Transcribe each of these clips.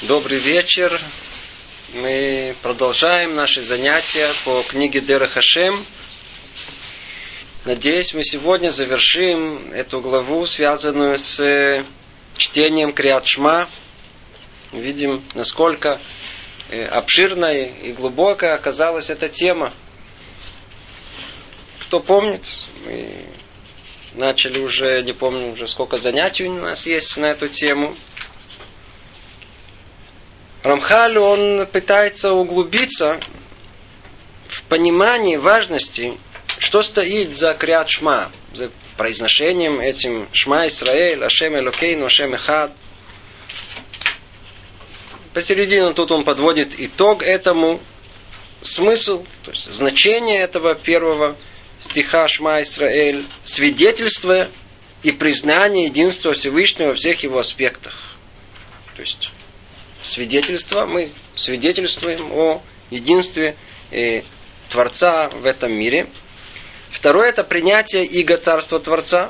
Добрый вечер. Мы продолжаем наши занятия по книге Дерех Ашем. Надеюсь, мы сегодня завершим эту главу, связанную с чтением Криат Шма. Видим, насколько обширной и глубокой оказалась эта тема. Кто помнит, мы начали уже, не помню уже сколько занятий у нас есть на эту тему. Рамхаль, он пытается углубиться в понимании важности, что стоит за Криат Шма, за произношением этим Шма Исраэль, Ашем Элокейну, Ашем Эхад. Посередине тут он подводит итог этому, смысл, то есть значение этого первого стиха Шма Исраэль, свидетельство и признание единства Всевышнего во всех его аспектах. То есть свидетельство, мы свидетельствуем о единстве Творца в этом мире. Второе — это принятие иго Царства Творца.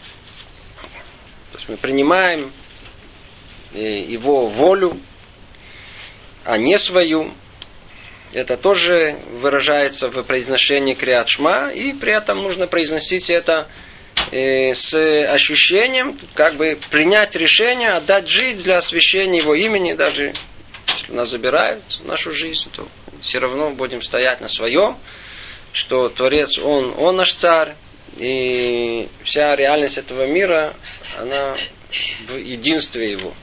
То есть мы принимаем его волю, а не свою. Это тоже выражается в произношении Криат Шма, и при этом нужно произносить это с ощущением, как бы принять решение, отдать жизнь для освящения его имени, даже если нас забирают нашу жизнь, то все равно будем стоять на своем, что Творец, Он наш царь, и вся реальность этого мира, она в единстве его.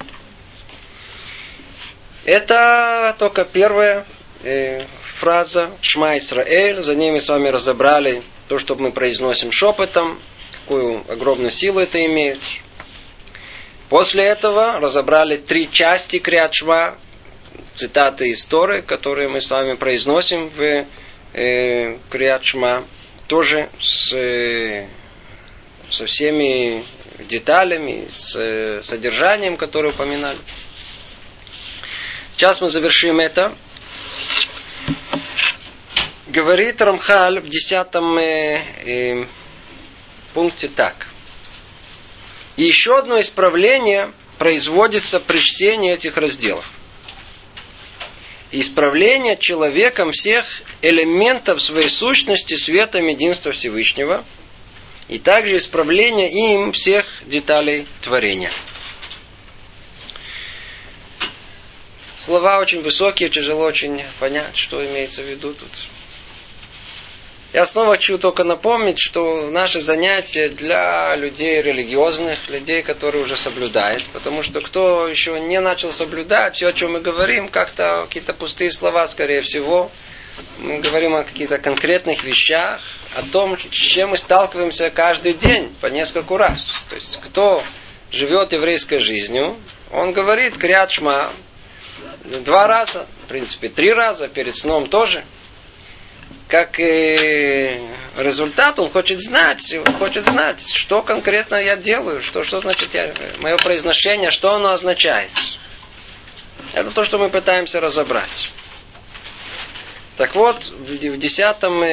Это только первая фраза Шма Исраэль, за ней мы с вами разобрали то, что мы произносим шепотом, какую огромную силу это имеет. После этого разобрали 3 части Криат Шма, цитаты из Торы, которые мы с вами произносим в Криат Шма, тоже со всеми деталями, с содержанием, которое упоминали. Сейчас мы завершим это. Говорит Рамхаль в 10 пункте так. И еще одно исправление производится при чтении этих разделов. Исправление человеком всех элементов своей сущности светом единства Всевышнего, и также исправление им всех деталей творения. Слова очень высокие, тяжело очень понять, что имеется в виду тут. Я снова хочу только напомнить, что наши занятия для людей религиозных, людей, которые уже соблюдают. Потому что кто еще не начал соблюдать, все, о чем мы говорим, как-то какие-то пустые слова, скорее всего. Мы говорим о каких-то конкретных вещах, о том, с чем мы сталкиваемся каждый день, по нескольку раз. То есть, кто живет еврейской жизнью, он говорит Криат Шма 2 раза, в принципе 3 раза, перед сном тоже. Как результат, он хочет знать, что конкретно я делаю, что значит мое произношение, что оно означает. Это то, что мы пытаемся разобрать. Так вот, в 10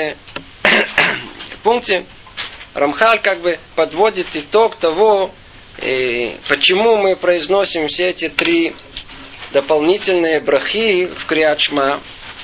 пункте Рамхаль как бы подводит итог того, почему мы произносим все эти 3 дополнительные брахи в Криат Шма.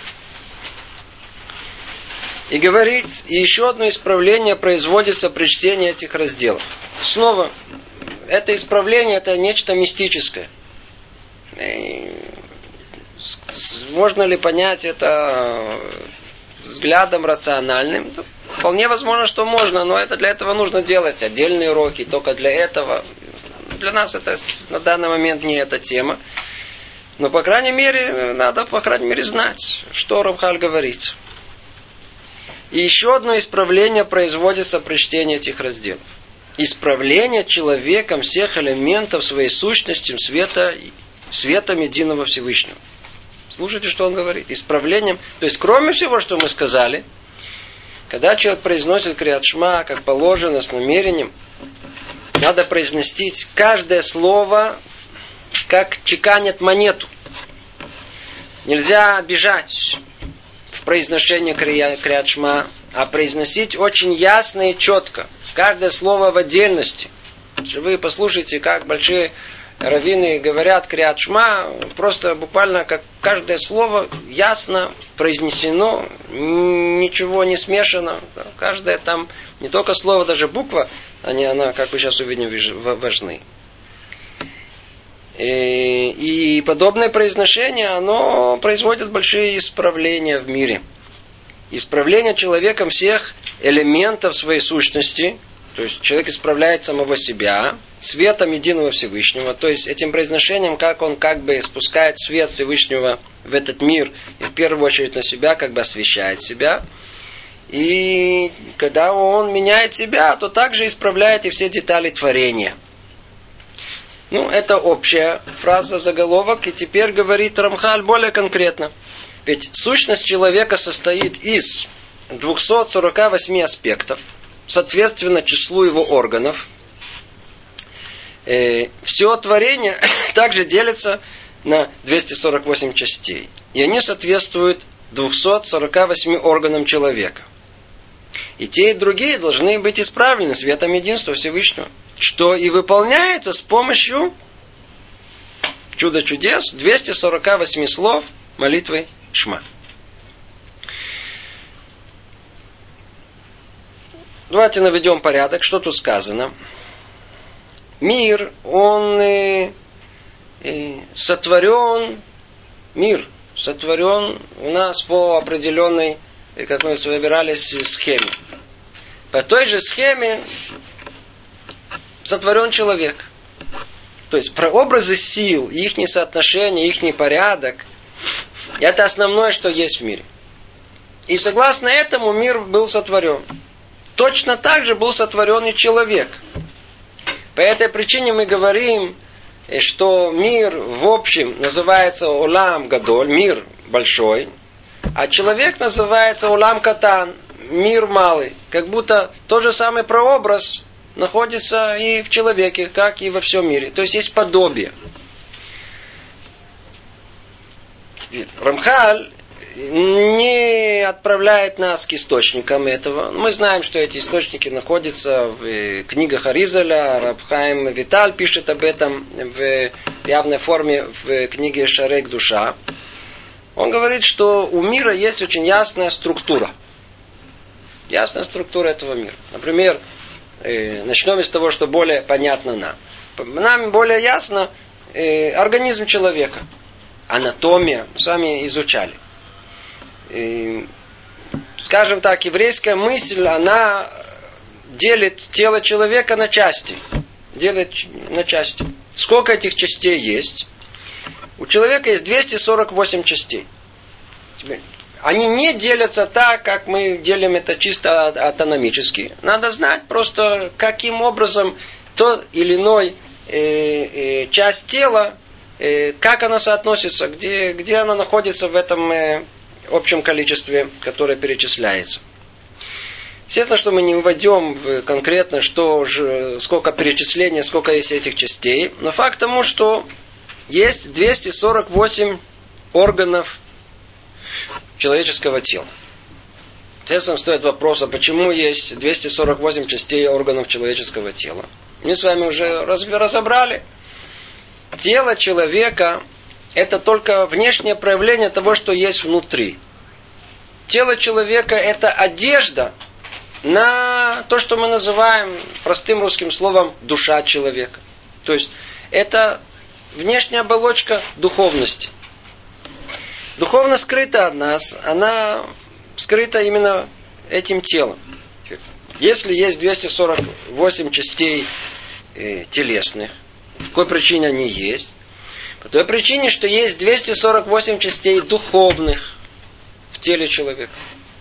И говорит, и еще одно исправление производится при чтении этих разделов. Снова, это исправление, это нечто мистическое. И можно ли понять это взглядом рациональным? Вполне возможно, что можно, но для этого нужно делать отдельные уроки, только для этого. Для нас это на данный момент не эта тема. Но, по крайней мере, надо, знать, что Рамхаль говорит. И еще одно исправление производится при чтении этих разделов. Исправление человеком всех элементов своей сущности светом единого Всевышнего. Слушайте, что он говорит. Исправлением, то есть, кроме всего, что мы сказали, когда человек произносит Криат Шма, как положено, с намерением, надо произносить каждое слово, как чеканят монету. Нельзя бежать в произношении Криат Шма, а произносить очень ясно и четко. Каждое слово в отдельности. Вы послушайте, как большие раввины говорят Криат Шма, просто буквально как каждое слово ясно произнесено, ничего не смешано. Каждое там, не только слово, даже буква, она, как мы сейчас увидим, важны. И подобное произношение, оно производит большие исправления в мире. Исправление человеком всех элементов своей сущности. То есть человек исправляет самого себя светом единого Всевышнего. То есть этим произношением, как он как бы спускает свет Всевышнего в этот мир, и в первую очередь на себя, как бы освещает себя. И когда он меняет себя, то также исправляет и все детали творения. Это общая фраза, заголовок. И теперь говорит Рамхаль более конкретно. Ведь сущность человека состоит из 248 аспектов, соответственно числу его органов. Все творение также делится на 248 частей. И они соответствуют 248 органам человека. И те, и другие должны быть исправлены светом единства Всевышнего. Что и выполняется с помощью чудо-чудес 248 слов молитвы Шма. Давайте наведем порядок, что тут сказано. Мир, он сотворен у нас по определенной, как мы выбирались, схеме. По той же схеме сотворен человек. То есть прообразы сил, их соотношение, их порядок, это основное, что есть в мире. И согласно этому мир был сотворен. Точно так же был сотворен и человек. По этой причине мы говорим, что мир в общем называется Олам Гадоль, мир большой, а человек называется Олам Катан, мир малый. Как будто тот же самый прообраз находится и в человеке, как и во всем мире. То есть есть подобие. Рамхаль не отправляет нас к источникам этого. Мы знаем, что эти источники находятся в книгах Аризаля. Рав Хаим Виталь пишет об этом в явной форме в книге Шарек Душа. Он говорит, что у мира есть очень ясная структура. Ясная структура этого мира. Например, начнем с того, что более понятно нам. Нам более ясно организм человека. Анатомия мы с вами изучали. Скажем так, еврейская мысль, она делит тело человека на части. Делит на части. Сколько этих частей есть? У человека есть 248 частей. Они не делятся так, как мы делим это чисто анатомически. Надо знать просто, каким образом то или иной часть тела, как она соотносится, где она находится в этом общем количестве, которое перечисляется. Естественно, что мы не вводим в конкретно, сколько перечислений, сколько есть этих частей. Но факт тому, что есть 248 органов человеческого тела. Естественно, стоит вопрос, а почему есть 248 частей органов человеческого тела? Мы с вами уже разобрали. Тело человека – это только внешнее проявление того, что есть внутри. Тело человека – это одежда на то, что мы называем простым русским словом душа человека. То есть это внешняя оболочка духовности. Духовность скрыта от нас, она скрыта именно этим телом. Если есть 248 частей телесных, по какой причине они есть? По той причине, что есть 248 частей духовных в теле человека.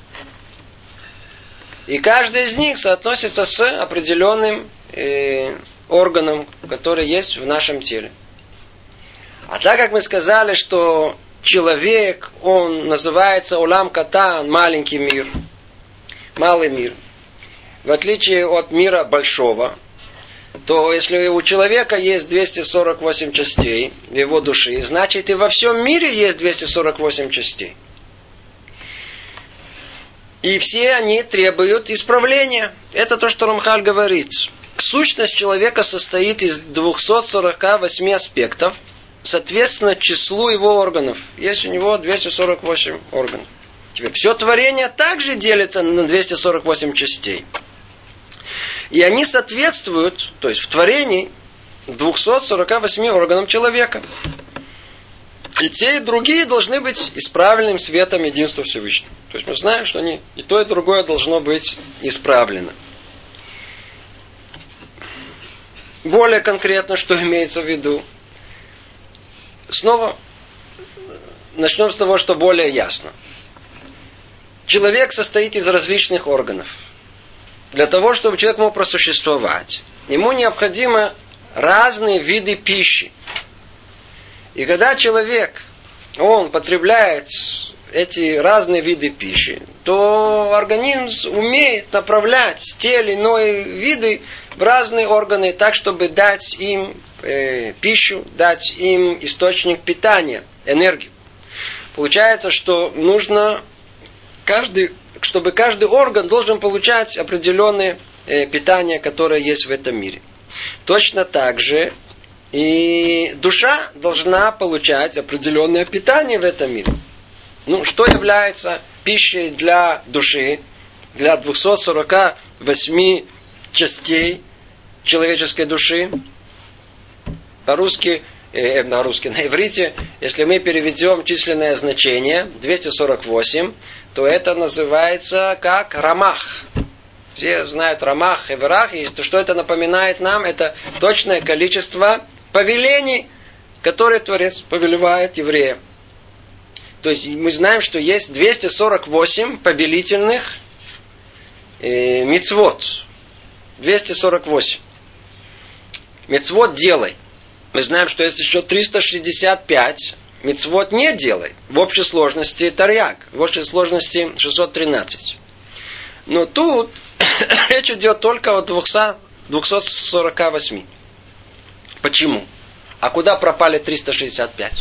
И каждый из них соотносится с определенным органом, который есть в нашем теле. А так как мы сказали, что человек, он называется Олам Катан, маленький мир, малый мир, в отличие от мира большого, то если у человека есть 248 частей в его душе, значит и во всем мире есть 248 частей. И все они требуют исправления. Это то, что Рамхаль говорит. Сущность человека состоит из 248 аспектов, соответственно, числу его органов. Есть у него 248 органов. Теперь все творение также делится на 248 частей. И они соответствуют, то есть в творении, 248 органам человека. И те, и другие должны быть исправленным светом единства Всевышнего. То есть мы знаем, что они и то, и другое должно быть исправлено. Более конкретно, что имеется в виду? Снова начнем с того, что более ясно. Человек состоит из различных органов. Для того, чтобы человек мог просуществовать, ему необходимы разные виды пищи. И когда человек, он потребляет эти разные виды пищи, то организм умеет направлять те или иные виды в разные органы так, чтобы дать им пищу, дать им источник питания, энергию. Получается, что нужно чтобы каждый орган должен получать определенное питание, которое есть в этом мире. Точно так же и душа должна получать определенное питание в этом мире. Что является пищей для души, для 248 частей человеческой души? На иврите, если мы переведем численное значение 248, то это называется как рамах. Все знают рамах, эврах, и что это напоминает нам, это точное количество повелений, которые Творец повелевает евреям. То есть мы знаем, что есть 248 повелительных мицвот. 248. Мицвот делай. Мы знаем, что есть еще 365 мицвот не делай. В общей сложности тарьяг. В общей сложности 613. Но тут речь идет только о 248. Почему? А куда пропали 365?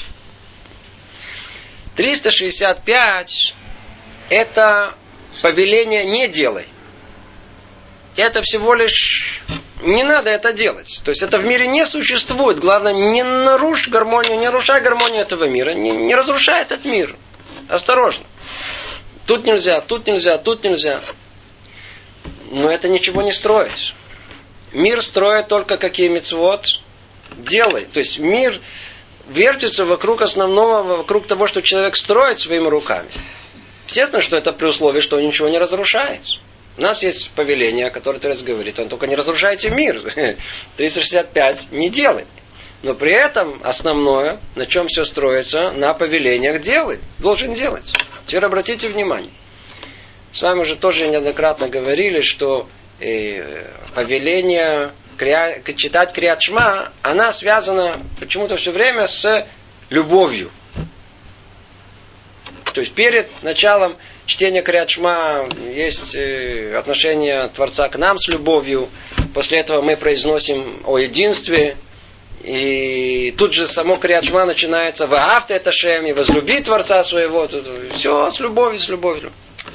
365 это повеление не делай. Это всего лишь не надо это делать. То есть это в мире не существует. Главное, не нарушай гармонию этого мира. Не разрушай этот мир. Осторожно. Тут нельзя, тут нельзя, тут нельзя. Но это ничего не строит. Мир строит только какие мицвот делай. То есть мир вертится вокруг основного, вокруг того, что человек строит своими руками. Естественно, что это при условии, что он ничего не разрушает. У нас есть повеление, которое Творец говорит, он только не разрушайте мир. 365 не делай. Но при этом основное, на чем все строится, на повелениях делай. Должен делать. Теперь обратите внимание. С вами уже тоже неоднократно говорили, что повеление читать Криат Шма, она связана почему-то все время с любовью. То есть перед началом чтения Криат Шма есть отношение Творца к нам с любовью. После этого мы произносим о единстве. И тут же само Криат Шма начинается «Ваавте эт Ашем» и «Возлюби Творца своего». Все с любовью, с любовью.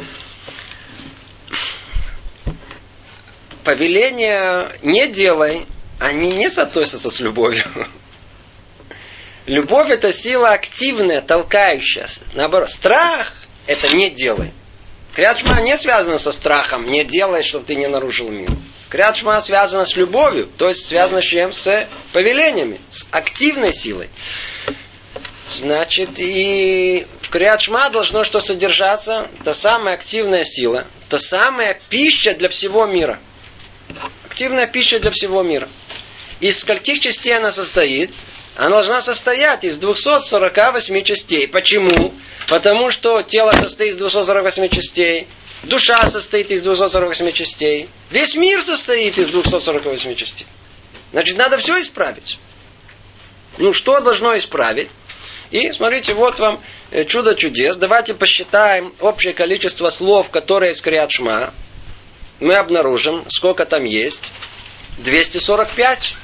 Повеления «не делай», они не соотносятся с любовью. Любовь – это сила активная, толкающая. Наоборот, страх – это «не делай». Криат Шма не связано со страхом «не делай, чтобы ты не нарушил мир». Криат Шма связано с любовью, то есть связано с чем? С повелениями, с активной силой. Значит, и в Криат Шма должно что содержаться? Та самая активная сила, та самая пища для всего мира. Активная пища для всего мира. Из скольких частей она состоит? Она должна состоять из 248 частей. Почему? Потому что тело состоит из 248 частей. Душа состоит из 248 частей. Весь мир состоит из 248 частей. Значит, надо все исправить. Что должно исправить? И смотрите, вот вам чудо чудес. Давайте посчитаем общее количество слов, которые есть в Криат Шма. Мы обнаружим, сколько там есть. 245.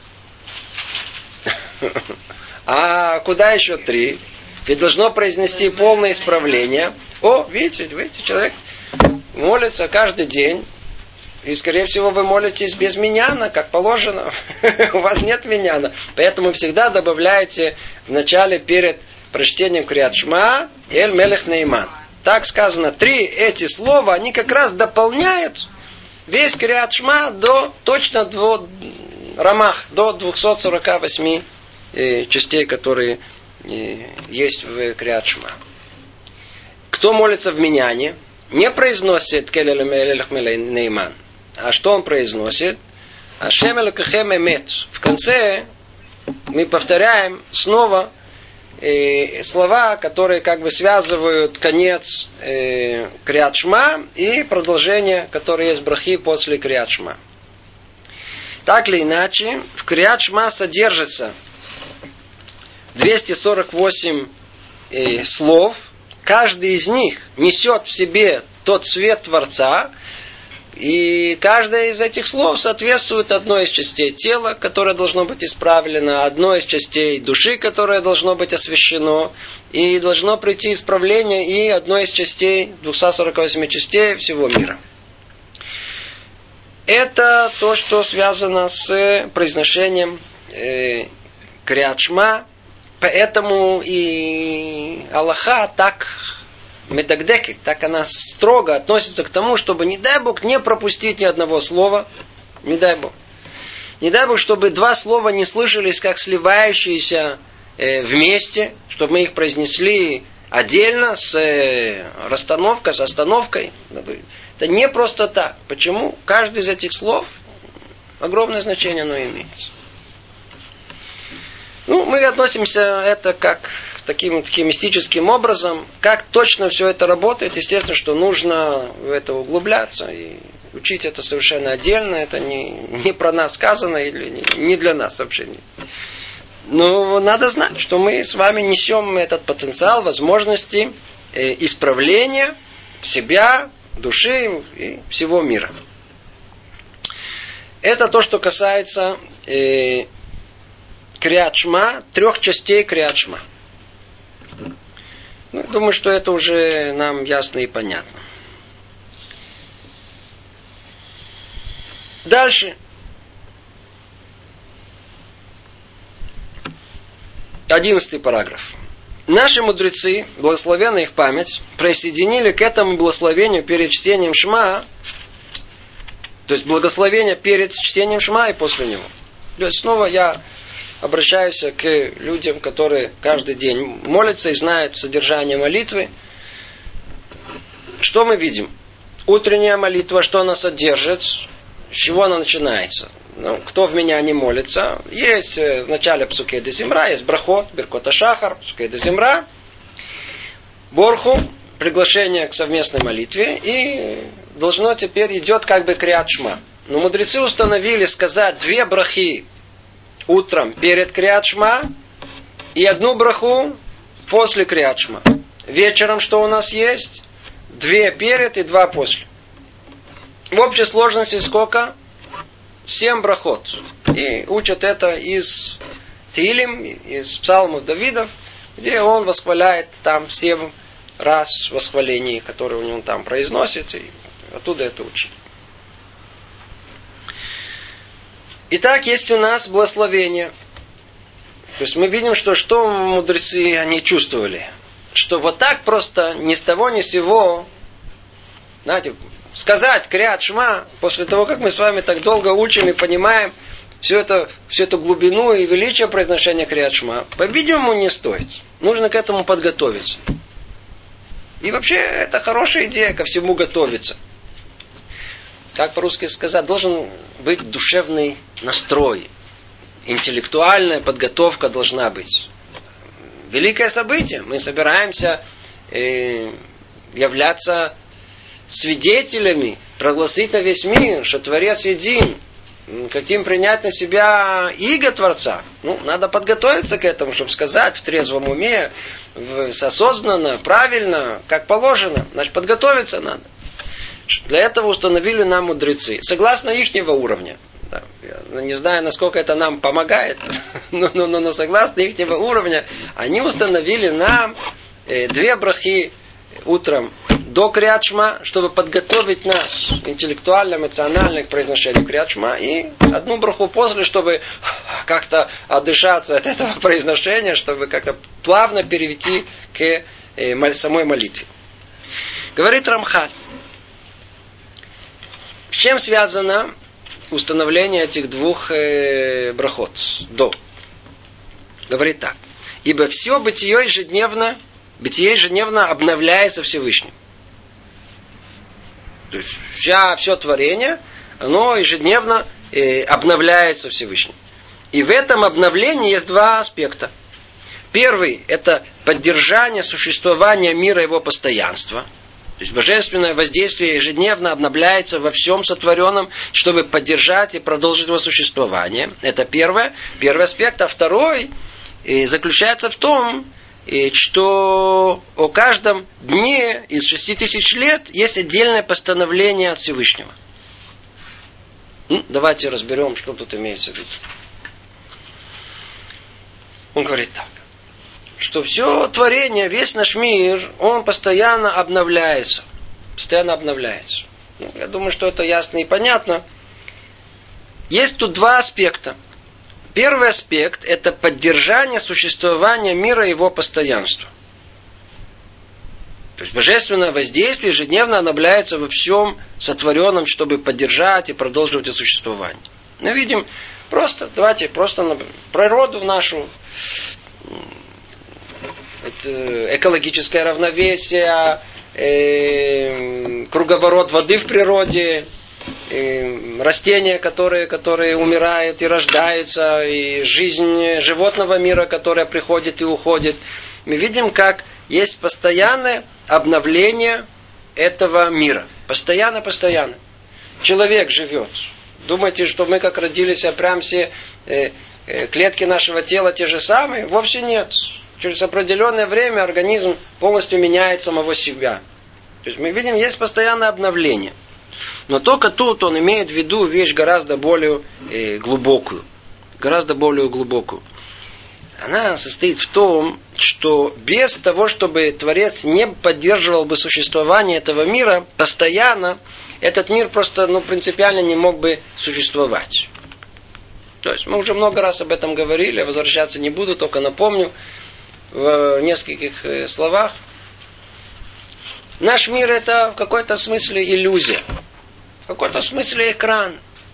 А куда еще 3? Ведь должно произнести полное исправление. Видите, человек молится каждый день. И, скорее всего, вы молитесь без миньяна, как положено. У вас нет миньяна. Поэтому всегда добавляйте в начале, перед прочтением Криат Шма, Эль Мелех Нейман. Так сказано, 3 эти слова, они как раз дополняют весь Криат Шма точно до Рамах, до 248 частей, которые есть в Криат Шма. Кто молится в миньяне, не произносит Кель Мелех Нейман. А что он произносит? Ашем Элокехем Эмет. В конце мы повторяем снова слова, которые как бы связывают конец Криат Шма и продолжение, которое есть брахи после Криат Шма. Так или иначе, в Криат Шма содержится 248 слов. Каждый из них несет в себе тот свет Творца. И каждое из этих слов соответствует одной из частей тела, которое должно быть исправлено, одной из частей души, которое должно быть освящено, и должно прийти исправление и одной из частей, 248 частей всего мира. Это то, что связано с произношением Криат Шма, поэтому и Аллаха так медагдекет, так она строго относится к тому, чтобы, не дай Бог, не пропустить ни одного слова. Не дай Бог. Не дай Бог, чтобы 2 слова не слышались как сливающиеся вместе, чтобы мы их произнесли отдельно, с расстановкой, с остановкой. Это не просто так. Почему? Каждый из этих слов огромное значение оно имеет. Мы относимся это как таким мистическим образом. Как точно все это работает, естественно, что нужно в это углубляться и учить это совершенно отдельно. Это не про нас сказано или не для нас вообще. Но надо знать, что мы с вами несем этот потенциал, возможности исправления себя, души и всего мира. Это то, что касается Криат Шма, 3 частей Криат Шма. Думаю, что это уже нам ясно и понятно. Дальше. 11 параграф. Наши мудрецы, благословенна их память, присоединили к этому благословению перед чтением Шма, то есть благословение перед чтением Шма и после него. То есть снова я обращаюсь к людям, которые каждый день молятся и знают содержание молитвы. Что мы видим? Утренняя молитва, что она содержит? С чего она начинается? Кто в меня не молится? Есть в начале Псукей де Зимра, есть брахот, Беркот Ашахар, Псукей де Зимра, Борху, приглашение к совместной молитве, и должно теперь идет как бы Криат Шма. Но мудрецы установили сказать 2 брахи утром перед Криат Шма и 1 браху после Криат Шма. Вечером что у нас есть? 2 перед и 2 после. В общей сложности сколько? 7 брахот. И учат это из Тилим, из псалмов Давидов, где он восхваляет там 7 раз восхвалений, которые у него там произносит, и оттуда это учат. Итак, есть у нас благословение. То есть мы видим, что мудрецы они чувствовали. Что вот так просто ни с того ни с сего, знаете, сказать Криат Шма, после того, как мы с вами так долго учим и понимаем всю эту глубину и величие произношения Криат Шма, по-видимому, не стоит. Нужно к этому подготовиться. И вообще, это хорошая идея ко всему готовиться. Как по-русски сказать, должен быть душевный настрой. Интеллектуальная подготовка должна быть. Великое событие. Мы собираемся являться свидетелями, прогласить на весь мир, что Творец един. Хотим принять на себя иго Творца. Надо подготовиться к этому, чтобы сказать в трезвом уме, осознанно, правильно, как положено. Значит, подготовиться надо. Для этого установили нам мудрецы. Согласно ихнего уровня. Да, я не знаю, насколько это нам помогает, но согласно ихнего уровня, они установили нам 2 брахи утром до Криат Шма, чтобы подготовить нас интеллектуально, эмоционально к произношению Криат Шма, и одну браху после, чтобы как-то отдышаться от этого произношения, чтобы как-то плавно перейти к самой молитве. Говорит Рамхаль, с чем связано установление этих двух брахот до? Говорит так. Ибо все бытие ежедневно обновляется Всевышним. То есть все творение, оно ежедневно обновляется Всевышним. И в этом обновлении есть два аспекта. Первый – это поддержание существования мира и его постоянства. То есть божественное воздействие ежедневно обновляется во всем сотворенном, чтобы поддержать и продолжить его существование. Это первый аспект. А второй заключается в том, что о каждом дне из 6000 лет есть отдельное постановление от Всевышнего. Давайте разберем, что тут имеется в виду. Он говорит так, что все творение, весь наш мир, он постоянно обновляется. Постоянно обновляется. Я думаю, что это ясно и понятно. Есть тут два аспекта. Первый аспект – это поддержание существования мира и его постоянства. То есть божественное воздействие ежедневно обновляется во всем сотворенном, чтобы поддержать и продолжить это существование. Мы видим давайте просто природу нашу, экологическое равновесие, круговорот воды в природе, растения, которые умирают и рождаются, и жизнь животного мира, которая приходит и уходит. Мы видим, как есть постоянное обновление этого мира. Постоянно. Человек живет. Думаете, что мы как родились, а прям все клетки нашего тела те же самые? Вовсе нет. Через определенное время организм полностью меняет самого себя. То есть мы видим, есть постоянное обновление. Но только тут он имеет в виду вещь гораздо более глубокую. Гораздо более глубокую. Она состоит в том, что без того, чтобы Творец не поддерживал бы существование этого мира, постоянно этот мир просто принципиально не мог бы существовать. То есть мы уже много раз об этом говорили, возвращаться не буду, только напомню в нескольких словах. Наш мир это в какой-то смысле иллюзия. В какой-то смысле экран.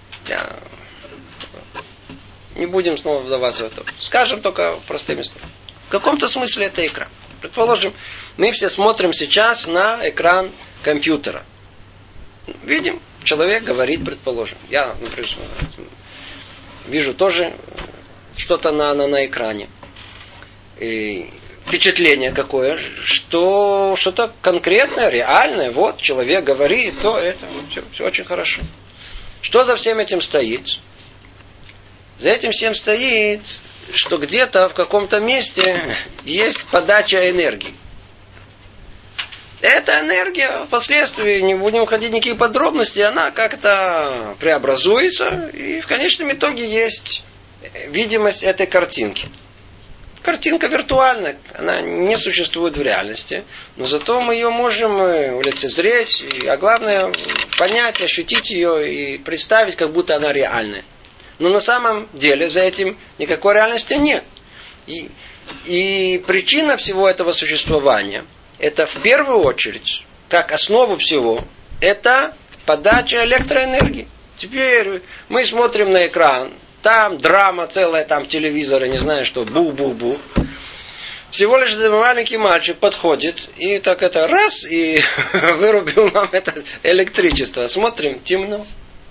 Не будем снова вдаваться в это. Скажем только простыми словами. В каком-то смысле это экран. Предположим, мы все смотрим сейчас на экран компьютера. Видим, человек говорит, предположим. Я, например, вижу тоже что-то на экране. И впечатление какое, что что-то конкретное, реальное. Вот, человек говорит, то это. Все очень хорошо. Что за всем этим стоит? За этим всем стоит, что где-то в каком-то месте есть подача энергии. Эта энергия впоследствии, не будем уходить в никакие подробности, она как-то преобразуется, и в конечном итоге есть видимость этой картинки. Картинка виртуальная, она не существует в реальности, но зато мы ее можем лицезреть, а главное понять, ощутить ее и представить, как будто она реальная. Но на самом деле за этим никакой реальности нет. И причина всего этого существования, это в первую очередь, как основу всего, это подача электроэнергии. Теперь мы смотрим на экран, там драма целая, там телевизоры, не знаю что, бу-бу-бу. Всего лишь один маленький мальчик подходит, и так это раз, и вырубил нам это электричество. Смотрим, темно.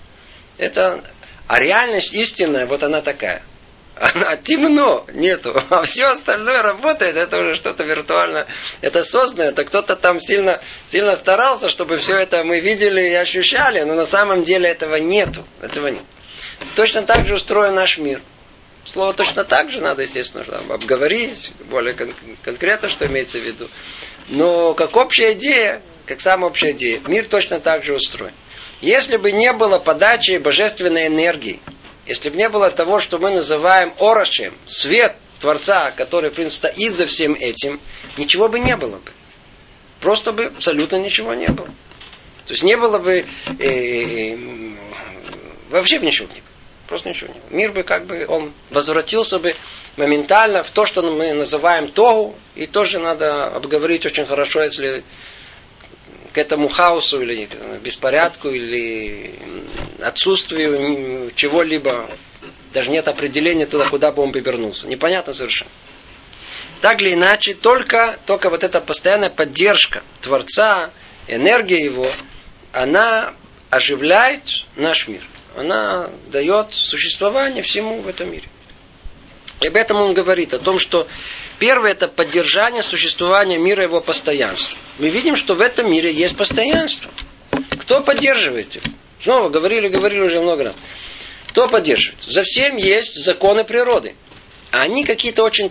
А реальность истинная, вот она такая. Она темно, нету. А все остальное работает, это уже что-то виртуальное. Это создано, это кто-то там сильно старался, чтобы все это мы видели и ощущали, но на самом деле этого нету. Этого нет. Точно так же устроен наш мир. Слово точно так же надо, естественно, обговорить, более конкретно, что имеется в виду. Но как общая идея, как самая общая идея, мир точно так же устроен. Если бы не было подачи божественной энергии, если бы не было того, что мы называем орошем, свет Творца, который, в принципе, стоит за всем этим, ничего бы не было бы. просто бы абсолютно ничего не было. То есть не было бы вообще ничего не было. Просто ничего не было. Мир бы он возвратился бы моментально в то, что мы называем тогу, и тоже надо обговорить очень хорошо, если к этому хаосу или беспорядку или отсутствию чего-либо даже нет определения туда, куда бы он повернулся. Непонятно совершенно. Так или иначе, только вот эта постоянная поддержка Творца, энергия его, она оживляет наш мир. Она дает существование всему в этом мире. И об этом он говорит, о том, что первое это поддержание существования мира, его постоянства. Мы видим, что в этом мире есть постоянство. Кто поддерживает его? Снова говорили уже много раз. Кто поддерживает? За всем есть законы природы. А они какие-то очень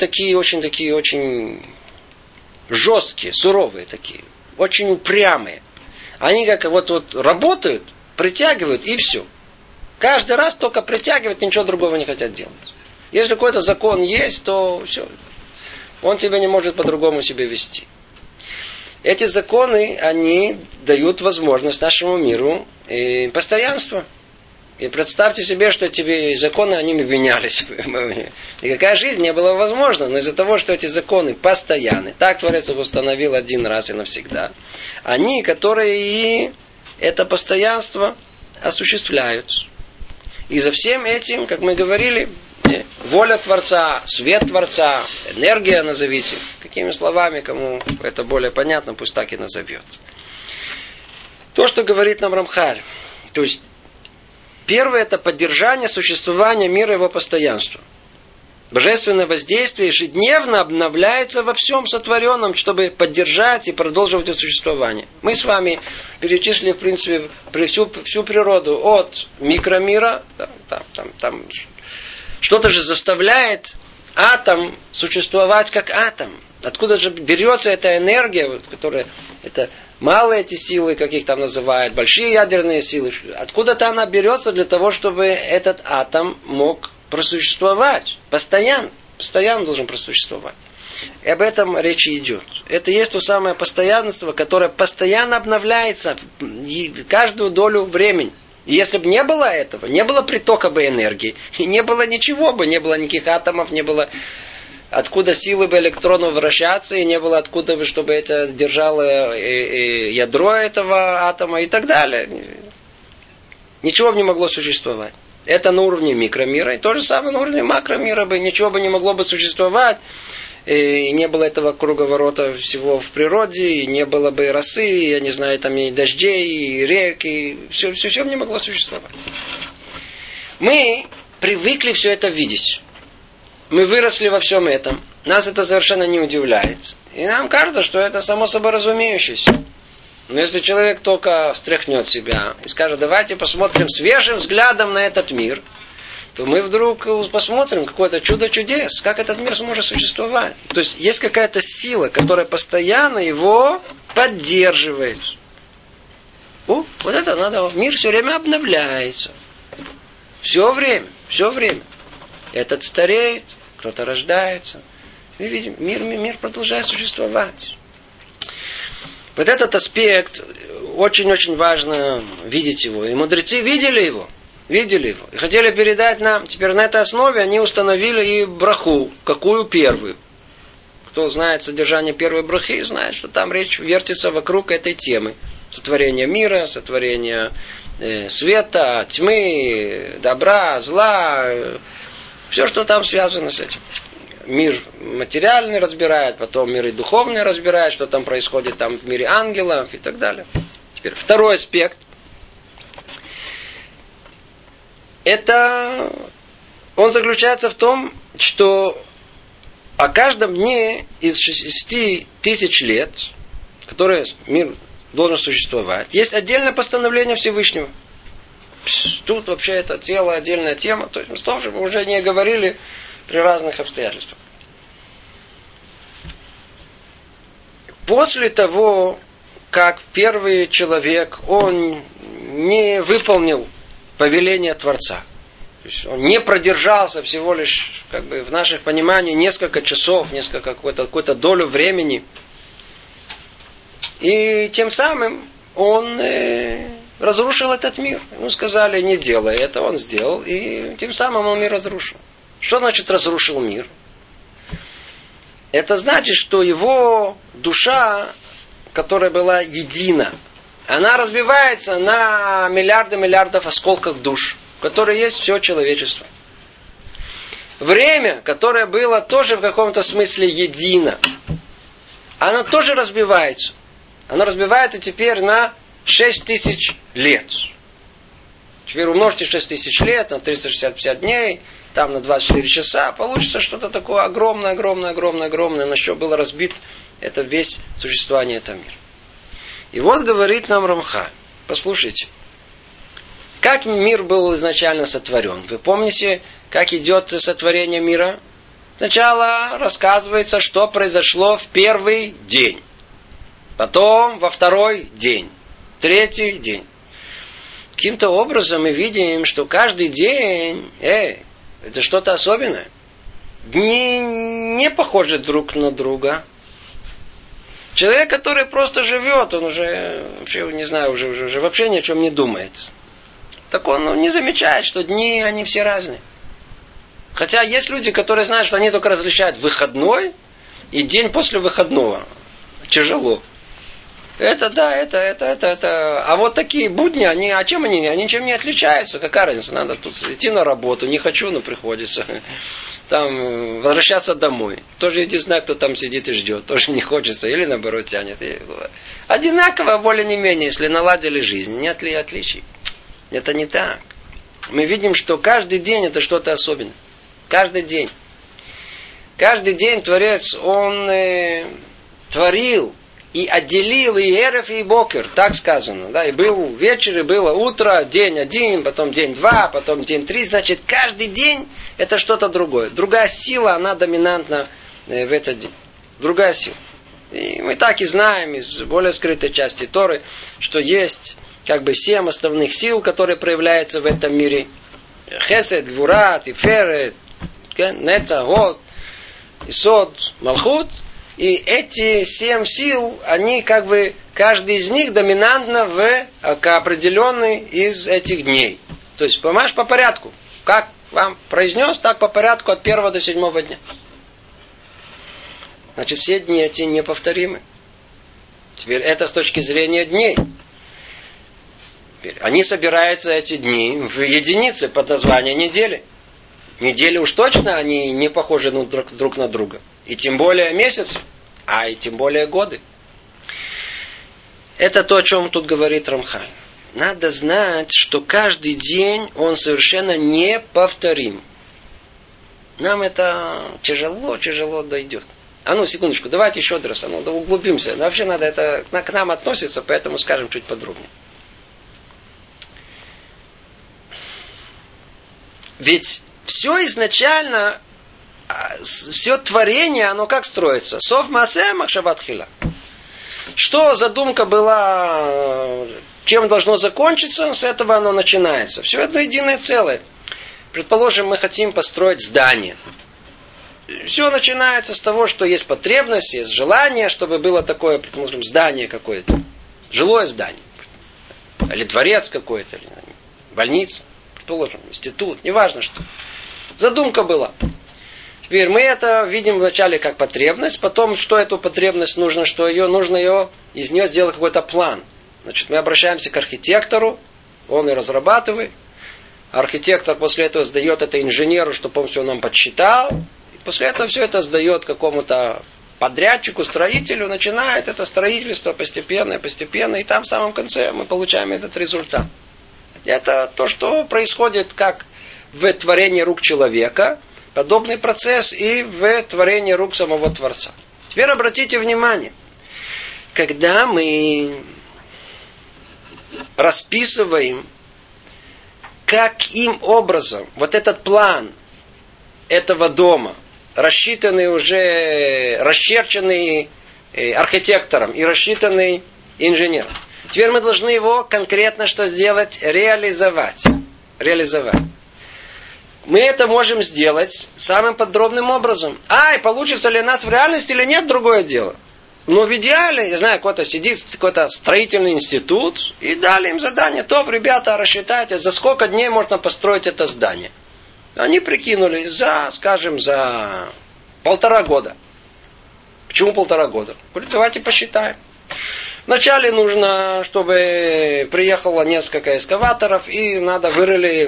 жесткие, суровые такие. Очень упрямые. Они как вот работают, притягивают и все. Каждый раз только притягивают, ничего другого не хотят делать. Если какой-то закон есть, то все. Он тебя не может по-другому себя вести. Эти законы, они дают возможность нашему миру постоянства. И представьте себе, что эти законы, они менялись. Никакая жизнь не была возможна. Но из-за того, что эти законы постоянны, так Творец их установил один раз и навсегда, они, которые и это постоянство осуществляют. И за всем этим, как мы говорили, воля Творца, свет Творца, энергия назовите. Какими словами, кому это более понятно, пусть так и назовет. То, что говорит нам Рамхаль. То есть, первое это поддержание существования мира и его постоянства. Божественное воздействие ежедневно обновляется во всем сотворенном, чтобы поддержать и продолжить это существование. Мы с вами перечислили, в принципе, всю природу от микромира. Там что-то же заставляет атом существовать как атом. Откуда же берется эта энергия, которая это малые эти силы, как их там называют, большие ядерные силы. Откуда-то она берется для того, чтобы этот атом мог просуществовать. Постоянно должен просуществовать. И об этом речь идет. Это есть то самое постоянство, которое постоянно обновляется каждую долю времени. И если бы не было этого, не было притока бы энергии, и не было ничего бы, не было никаких атомов, не было откуда силы бы электронов вращаться, и не было откуда бы, чтобы это держало ядро этого атома и так далее. Ничего бы не могло существовать. Это на уровне микромира, и то же самое на уровне макромира бы ничего бы не могло бы существовать. И не было этого круговорота всего в природе, и не было бы росы, я не знаю, там и дождей, и рек, и все не могло существовать. Мы привыкли все это видеть. Мы выросли во всем этом. Нас это совершенно не удивляет. И нам кажется, что это само собой разумеющееся. Но если человек только встряхнет себя и скажет, давайте посмотрим свежим взглядом на этот мир, то мы вдруг посмотрим какое-то чудо чудес, как этот мир сможет существовать. То есть есть какая-то сила, которая постоянно его поддерживает. Вот это надо. Мир все время обновляется. Все время. Этот стареет, кто-то рождается. Мы видим, мир продолжает существовать. Вот этот аспект очень-очень важно видеть его. И мудрецы видели его. И хотели передать нам. Теперь на этой основе они установили и браху. Какую первую? Кто знает содержание первой брахи, знает, что там речь вертится вокруг этой темы. Сотворение мира, сотворение света, тьмы, добра, зла. Все, что там связано с этим. Мир материальный разбирает, потом мир и духовный разбирает, что там происходит там в мире ангелов и так далее. Теперь второй аспект. Это он заключается в том, что о каждом дне из 6 тысяч лет, которые мир должен существовать, есть отдельное постановление Всевышнего. Тут вообще это целая отдельная тема, то есть мы тоже уже не говорили при разных обстоятельствах. После того, как первый человек, он не выполнил повеление Творца, то есть он не продержался всего лишь, в наших пониманиях, несколько часов, какую-то долю времени, И тем самым он разрушил этот мир. Ему сказали, не делай это, он сделал, и тем самым он мир разрушил. Что значит разрушил мир? Это значит, что его душа, которая была едина, она разбивается на миллиарды миллиардов осколков душ, в которых есть все человечество. Время, которое было тоже в каком-то смысле едино, оно тоже разбивается. Оно разбивается теперь на 6000 лет. Теперь умножьте 6000 лет на 365 дней, там на 24 часа, получится что-то такое огромное, на что было разбит это весь существование этого мира. И вот говорит нам Рамхаль, послушайте, как мир был изначально сотворен. Вы помните, как идет сотворение мира? Сначала рассказывается, что произошло в первый день. Потом во второй день. Третий день. Каким-то образом мы видим, что каждый день, это что-то особенное. Дни не похожи друг на друга. Человек, который просто живет, он уже, вообще, не знаю, уже вообще ни о чем не думает. Так он не замечает, что дни, они все разные. Хотя есть люди, которые знают, что они только различают выходной и день после выходного. Тяжело. Это. А вот такие будни, они ничем не отличаются. Какая разница? Надо тут идти на работу. Не хочу, но приходится. Там возвращаться домой. Тоже единственное, кто там сидит и ждет. Тоже не хочется. Или наоборот тянет. Одинаково, более не менее, если наладили жизнь. Нет ли отличий? Это не так. Мы видим, что каждый день это что-то особенное. Каждый день. Каждый день Творец, он творил и отделил и эрев, и бокер, так сказано. Да? И был вечер, и было утро, день один, потом день два, потом день три. Значит, каждый день это что-то другое. Другая сила, она доминантна в этот день. Другая сила. И мы так и знаем из более скрытой части Торы, что есть 7 основных сил, которые проявляются в этом мире. Хесед, Гвура, Тиферет, Нецах, Год, Исод, Малхут. И эти 7 сил, они каждый из них доминантно в определенный из этих дней. То есть, понимаешь, по порядку. Как вам произнес, так по порядку от 1 до 7 дня. Значит, все дни эти неповторимы. Теперь это с точки зрения дней. Теперь, они собираются, эти дни, в единицы под названием недели. Недели уж точно, они не похожи друг на друга. И тем более месяцы, и тем более годы. Это то, о чем тут говорит Рамхаль. Надо знать, что каждый день он совершенно неповторим. Нам это тяжело дойдет. Секундочку, давайте еще раз, углубимся. Вообще надо это к нам относится, поэтому скажем чуть подробнее. Ведь все изначально, все творение, оно как строится? Сов маасе махшава тхила. Что задумка была, чем должно закончиться, с этого оно начинается. Все одно единое целое. Предположим, мы хотим построить здание. Все начинается с того, что есть потребность, есть желание, чтобы было такое, предположим, здание какое-то. Жилое здание. Или дворец какой-то, или больница. Предположим, институт, неважно что. Задумка была. Теперь мы это видим вначале как потребность, потом, что эту потребность нужно, что нужно из нее сделать какой-то план. Значит, мы обращаемся к архитектору, он и разрабатывает. Архитектор после этого сдает это инженеру, чтобы он все нам подсчитал. И после этого все это сдает какому-то подрядчику, строителю, начинает это строительство постепенно, и там в самом конце мы получаем этот результат. Это то, что происходит как в творении рук человека, подобный процесс и в творении рук самого Творца. Теперь обратите внимание, когда мы расписываем, каким образом вот этот план этого дома, рассчитанный уже, расчерченный архитектором и рассчитанный инженером, теперь мы должны его конкретно что сделать? Реализовать. Мы это можем сделать самым подробным образом. И получится ли у нас в реальности или нет, другое дело. Но в идеале, я знаю, какой-то сидит какой-то строительный институт, и дали им задание, ребята, рассчитайте, за сколько дней можно построить это здание. Они прикинули, за 1,5 года. Почему 1,5 года? Говорят, давайте посчитаем. Вначале нужно, чтобы приехало несколько эскаваторов, и надо вырыли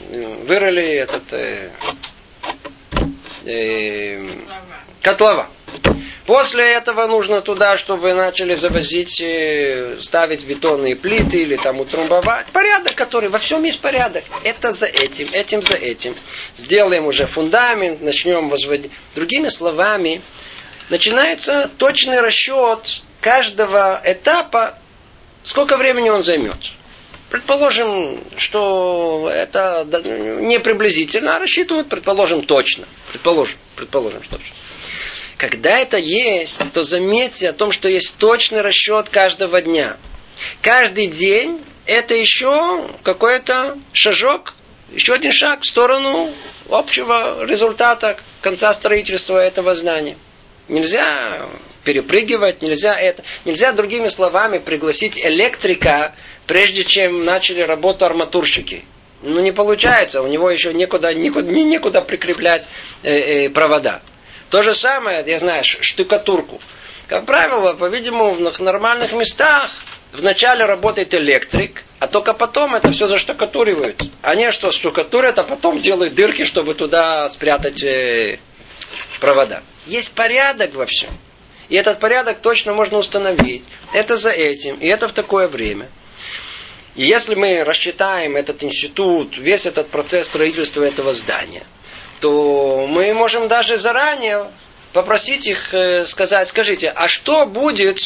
котлован. После этого нужно туда, чтобы начали завозить, ставить бетонные плиты или там утрамбовать. Порядок, который, во всем есть порядок. Это за этим за этим. Сделаем уже фундамент, начнем возводить. Другими словами, начинается точный расчет каждого этапа, сколько времени он займет. Предположим, что это не приблизительно, а рассчитывают, предположим, точно. Предположим, что точно. Когда это есть, то заметьте о том, что есть точный расчет каждого дня. Каждый день это еще какой-то шажок, еще один шаг в сторону общего результата конца строительства этого здания. Нельзя перепрыгивать, нельзя, другими словами, пригласить электрика, прежде чем начали работу арматурщики. Не получается, у него еще некуда прикреплять провода. То же самое, я знаю, штукатурку. Как правило, по-видимому, в нормальных местах вначале работает электрик, а только потом это все заштукатуривают. А не что штукатурят, а потом делают дырки, чтобы туда спрятать провода. Есть порядок во всем. И этот порядок точно можно установить. Это за этим, и это в такое время. И если мы рассчитаем этот институт, весь этот процесс строительства этого здания, то мы можем даже заранее попросить их сказать, скажите, а что будет,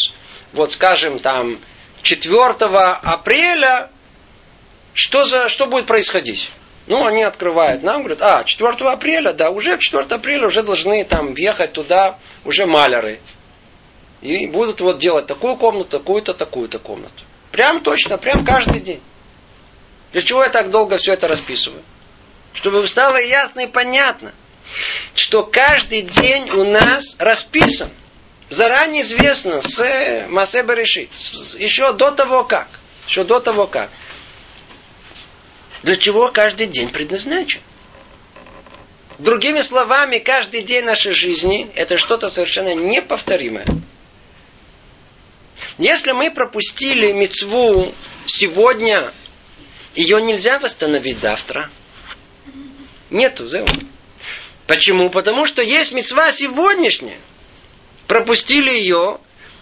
4 апреля, что будет происходить? Они открывают нам, говорят, 4 апреля, да, уже 4 апреля уже должны там въехать туда уже маляры. И будут делать такую комнату, такую-то комнату. Прям точно, прям каждый день. Для чего я так долго все это расписываю? Чтобы стало ясно и понятно, что каждый день у нас расписан. Заранее известно с Маасе Берешит. Еще до того как. Для чего каждый день предназначен? Другими словами, каждый день нашей жизни это что-то совершенно неповторимое. Если мы пропустили мицву сегодня, ее нельзя восстановить завтра. Нету. Почему? Потому что есть мицва сегодняшняя. Пропустили ее.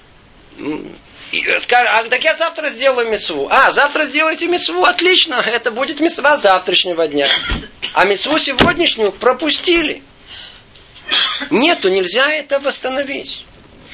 Скажут, так я завтра сделаю мицву. Завтра сделаете мицву, отлично. Это будет мицва завтрашнего дня. А мицву сегодняшнюю пропустили. Нельзя это восстановить.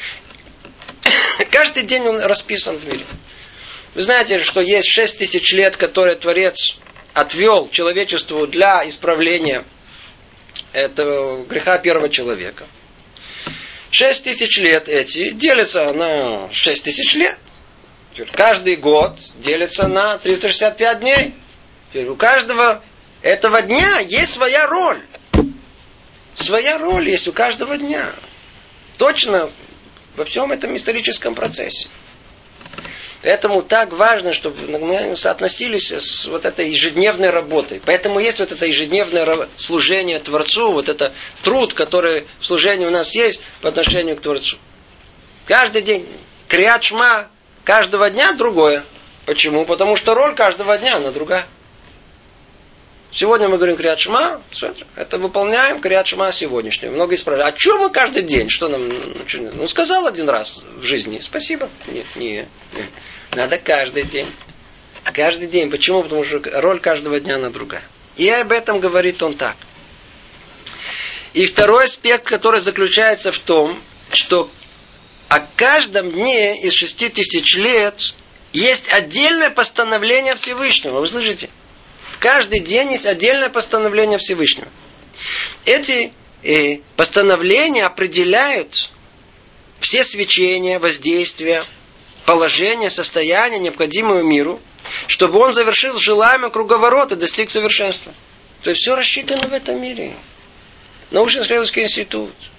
Каждый день он расписан в мире. Вы знаете, что есть 6000 лет, которые Творец отвел человечеству для исправления этого греха первого человека. 6000 лет эти делятся на 6000 лет. Каждый год делится на 365 дней. У каждого этого дня есть своя роль. Своя роль есть у каждого дня. Точно во всем этом историческом процессе. Поэтому так важно, чтобы мы соотносились с этой ежедневной работой. Поэтому есть это ежедневное служение Творцу, это труд, который в служении у нас есть по отношению к Творцу. Каждый день. Криат Шма каждого дня другое. Почему? Потому что роль каждого дня, она другая. Сегодня мы говорим Криат Шма, это выполняем Криат Шма сегодняшнего. Многие спрашивают, а что мы каждый день? Что нам? Сказал один раз в жизни, спасибо. Нет. Надо каждый день. Каждый день. Почему? Потому что роль каждого дня она другая. И об этом говорит он так. И второй аспект, который заключается в том, что о каждом дне из 6000 лет есть отдельное постановление Всевышнего. Вы слышите? Каждый день есть отдельное постановление Всевышнего. Эти постановления определяют все свечения, воздействия, положения, состояния, необходимого миру, чтобы он завершил желаемый круговорот и достиг совершенства. То есть все рассчитано в этом мире. Научно-исследовательский институт.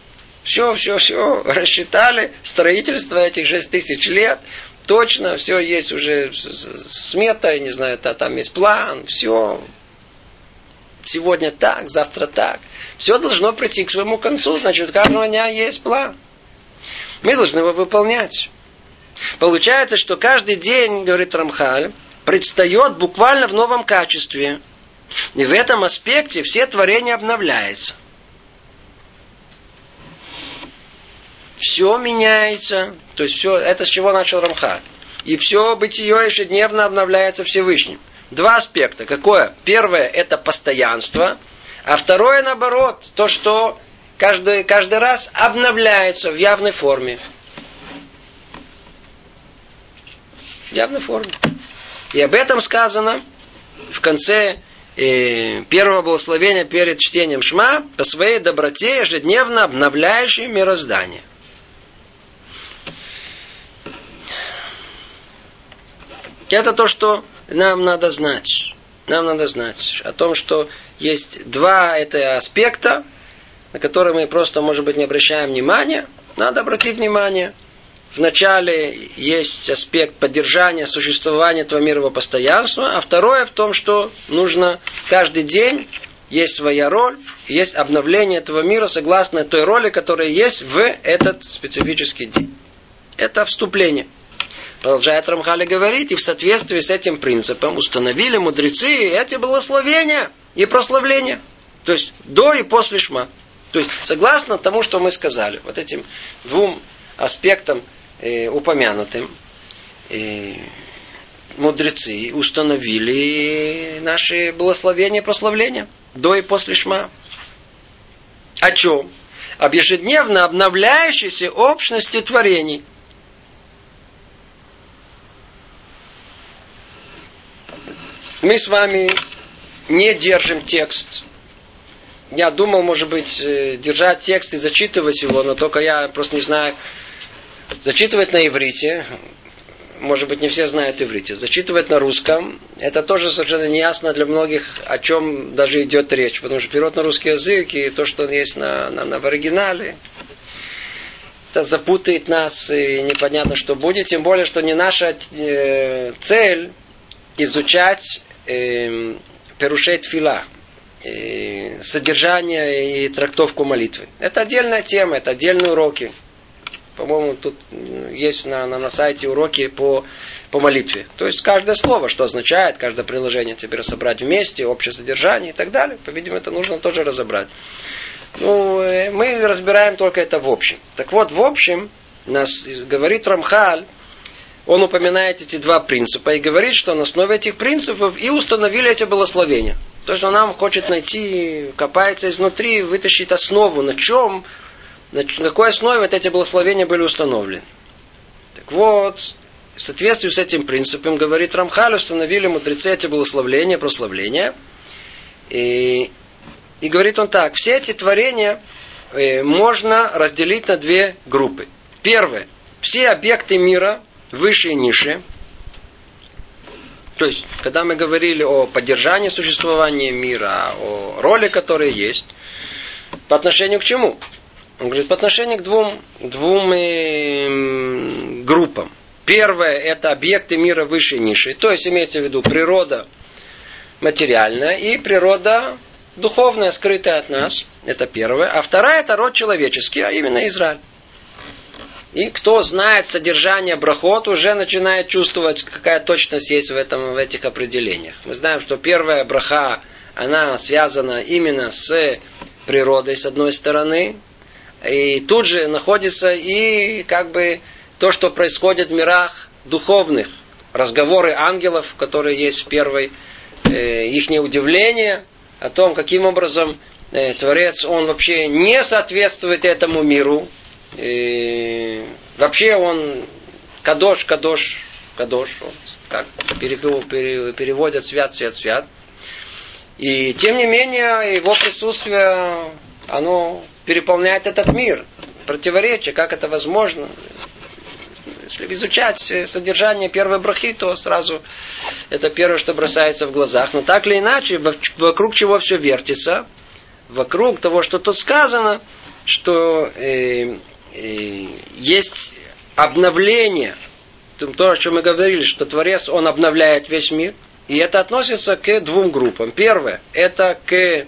Все рассчитали. Строительство этих 6000 лет. Точно, все есть уже смета, я не знаю, там есть план, все. Сегодня так, завтра так. Все должно прийти к своему концу. Значит, у каждого дня есть план. Мы должны его выполнять. Получается, что каждый день, говорит Рамхаль, предстает буквально в новом качестве. И в этом аспекте все творения обновляются. Все меняется. То есть все, это с чего начал Рамхаль. И все бытие ежедневно обновляется Всевышним. Два аспекта. Какое? Первое это постоянство. А второе наоборот. То, что каждый раз обновляется в явной форме. В явной форме. И об этом сказано в конце первого благословения перед чтением Шма, по своей доброте ежедневно обновляющей мироздание. Это то, что нам надо знать. Нам надо знать о том, что есть два аспекта, на которые мы просто, может быть, не обращаем внимания. Надо обратить внимание. Вначале есть аспект поддержания существования этого мира во постоянство, а второе в том, что нужно каждый день, есть своя роль, есть обновление этого мира согласно той роли, которая есть в этот специфический день. Это вступление. Продолжает Рамхаль говорить, и в соответствии с этим принципом установили мудрецы эти благословения и прославления. То есть до и после Шма. То есть согласно тому, что мы сказали, вот этим двум аспектам упомянутым, мудрецы установили наши благословения и прославления до и после Шма. О чем? Об ежедневно обновляющейся общности творений. Мы с вами не держим текст. Я думал, может быть, держать текст и зачитывать его, но только я просто не знаю. Зачитывать на иврите, может быть, не все знают иврите. Зачитывать на русском, это тоже совершенно неясно для многих, о чем даже идет речь. Потому что перевод на русский язык и то, что есть в оригинале, это запутает нас, и непонятно, что будет. Тем более, что не наша цель изучать перушей тфила, содержание и трактовку молитвы. Это отдельная тема, это отдельные уроки. По-моему, тут есть на сайте уроки по молитве. То есть каждое слово, что означает, каждое приложение теперь собрать вместе, общее содержание и так далее. По-видимому, это нужно тоже разобрать. Мы разбираем только это в общем. Так вот, в общем, нас говорит Рамхаль, он упоминает эти два принципа и говорит, что на основе этих принципов и установили эти благословения. То, что он нам хочет найти, копается изнутри, вытащить основу, на какой основе вот эти благословения были установлены. Так вот, в соответствии с этим принципом, говорит Рамхаль, установили мудрецы эти благословения, прославления. И говорит он так, все эти творения можно разделить на две группы. Первое, все объекты мира, выше и ниже. То есть, когда мы говорили о поддержании существования мира, о роли, которая есть, по отношению к чему? Он говорит, по отношению к двум группам. Первое, это объекты мира выше и ниже. То есть, имеется в виду природа материальная и природа духовная, скрытая от нас. Это первое. А вторая, это род человеческий, а именно Израиль. И кто знает содержание брахот, уже начинает чувствовать, какая точность есть в этих определениях. Мы знаем, что первая браха, она связана именно с природой, с одной стороны. И тут же находится и то, что происходит в мирах духовных. Разговоры ангелов, которые есть в первой, их удивление о том, каким образом Творец, он вообще не соответствует этому миру. И вообще он кадош, как переводят свят. И тем не менее его присутствие, оно переполняет этот мир. Противоречие, как это возможно. Если изучать содержание первой брахи, то сразу это первое, что бросается в глазах. Но так или иначе, вокруг чего все вертится, вокруг того, что тут сказано, что есть обновление, то, о чем мы говорили, что Творец, он обновляет весь мир. И это относится к двум группам. Первое, это к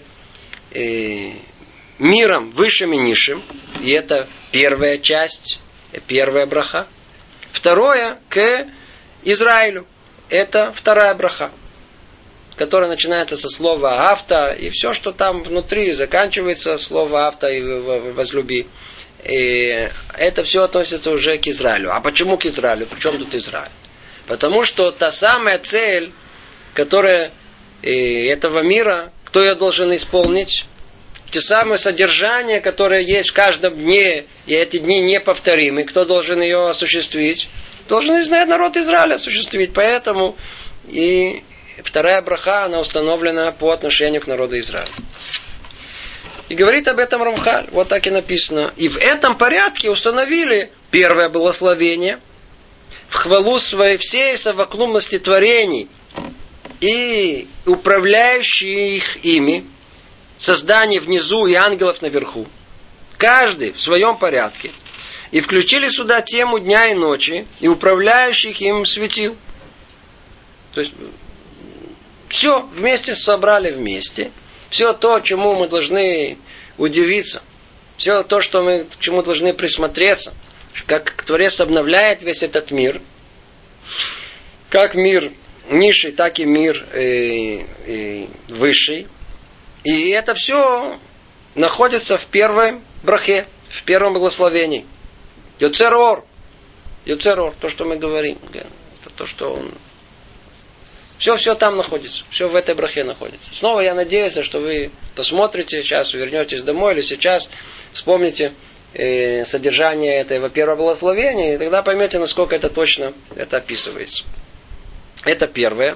мирам высшим и низшим. И это первая часть, первая браха. Второе, к Израилю. Это вторая браха, которая начинается со слова «авто», и все, что там внутри, заканчивается слово «авто» и «возлюби». И это все относится уже к Израилю. А почему к Израилю? Причем тут Израиль? Потому что та самая цель, которая этого мира, кто ее должен исполнить? Те самые содержания, которые есть в каждом дне, и эти дни неповторимы. Кто должен ее осуществить? Должен народ Израиля осуществить. Поэтому и вторая браха, она установлена по отношению к народу Израиля. И говорит об этом Рамхаль. Вот так и написано. И в этом порядке установили первое благословение в хвалу своей всей совокупности творений и управляющие их ими, создание внизу и ангелов наверху, каждый в своем порядке, и включили сюда тему дня и ночи, и управляющих им светил. То есть, все вместе собрали вместе, все то, чему мы должны удивиться, все то, что мы, к чему должны присмотреться, как Творец обновляет весь этот мир, как мир низший, так и мир высший. И это все находится в первой брахе, в первом благословении. Йоцер ор, то, что мы говорим. Это то, что он... Все там находится. Все в этой брахе находится. Снова я надеюсь, что вы посмотрите, сейчас вернетесь домой, или сейчас вспомните содержание этого первого благословения, и тогда поймете, насколько это точно это описывается. Это первое.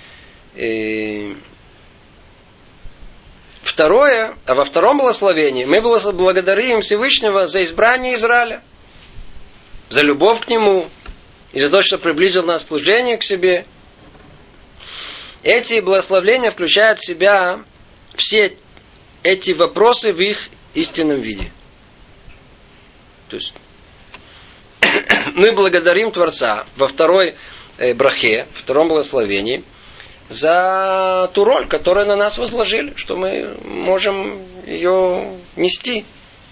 Второе, а во втором благословении мы благодарим Всевышнего за избрание Израиля, за любовь к Нему, и за то, что приблизил нас служение к себе. Эти благословления включают в себя все эти вопросы в их истинном виде. То есть, мы благодарим Творца во второй брахе, в втором благословении, за ту роль, которую на нас возложили, что мы можем ее нести.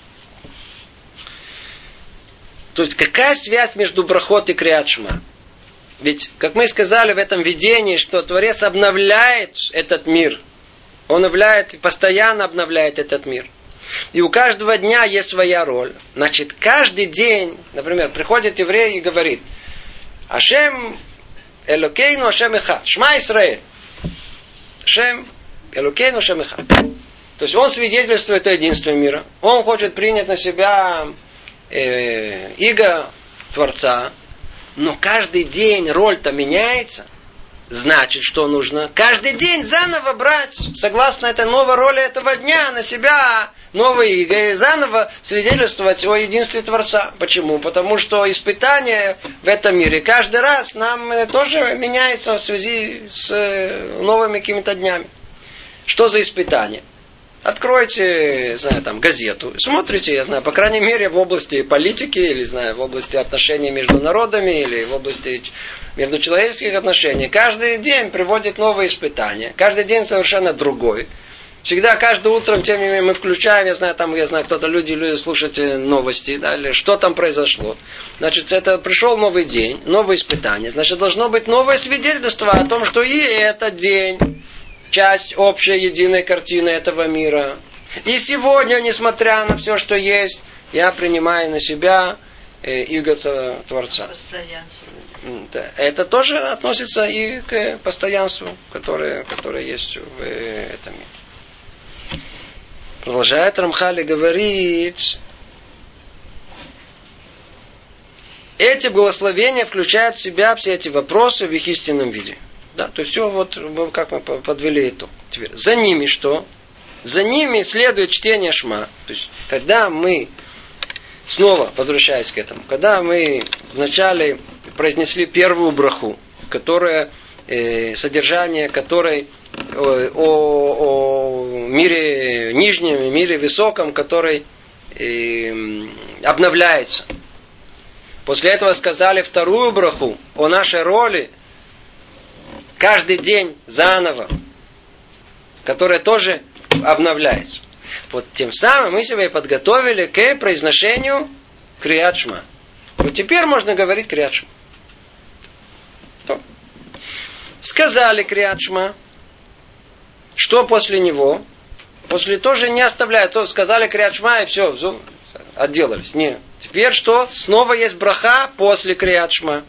То есть, какая связь между брахот и криат шма? Ведь, как мы сказали в этом видении, что Творец обновляет этот мир. Он постоянно обновляет этот мир. И у каждого дня есть своя роль. Значит, каждый день, например, приходит еврей и говорит: Ашем Элокейну Ашем Эхад. Шма Исраэль. Ашем Элокейну Ашем Эхад. То есть он свидетельствует о единстве мира. Он хочет принять на себя иго Творца. Но каждый день роль-то меняется. Значит, что нужно? Каждый день заново брать, согласно этой новой роли этого дня, на себя новое иго, и заново свидетельствовать о единстве Творца. Почему? Потому что испытания в этом мире каждый раз нам тоже меняется в связи с новыми какими-то днями. Что за испытания? Откройте, газету, смотрите, по крайней мере, в области политики, или, в области отношений между народами, или в области междучеловеческих отношений. Каждый день приводит новые испытания. Каждый день совершенно другой. Всегда, каждое утро, мы включаем, кто-то люди любят слушать новости, или что там произошло. Значит, это пришел новый день, новые испытания. Значит, должно быть новое свидетельство о том, что и этот день часть общей единой картины этого мира. И сегодня, несмотря на все, что есть, я принимаю на себя иго Творца. Постоянство. Это тоже относится и к постоянству, которое есть в этом мире. Продолжает Рамхаль говорить: эти благословения включают в себя все эти вопросы в их истинном виде. Да, то есть все, как мы подвели итог. Теперь, за ними что? За ними следует чтение Шма. То есть, когда мы, снова возвращаясь к этому, когда мы вначале произнесли первую браху, содержание которой о мире нижнем и мире высоком, который обновляется. После этого сказали вторую браху о нашей роли каждый день заново, которая тоже обновляется. Вот тем самым мы себя подготовили к произношению Крият Шма. Вот теперь можно говорить Крият Шма. Сказали Крият Шма. Что после него? После тоже не оставляют. То сказали Крият Шма и все, отделались. Нет. Теперь что? Снова есть браха после Крият Шма.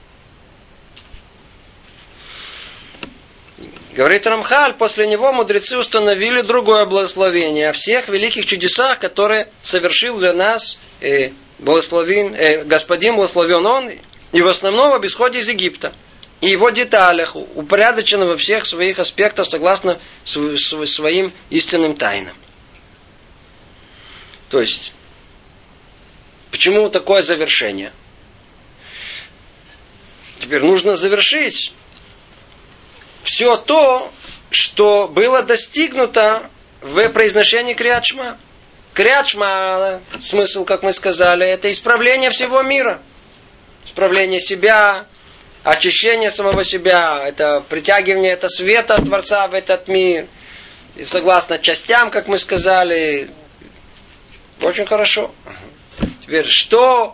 Говорит Рамхаль, после него мудрецы установили другое благословение о всех великих чудесах, которые совершил для нас Господин благословен Он, и в основном об исходе из Египта. И его деталях, упорядочено во всех своих аспектах, согласно своим истинным тайнам. То есть, почему такое завершение? Теперь нужно завершить все то, что было достигнуто в произношении Крият Шма. Крият Шма, смысл, как мы сказали, это исправление всего мира. Исправление себя, очищение самого себя, это притягивание это света Творца в этот мир. И согласно частям, как мы сказали, очень хорошо. Теперь, что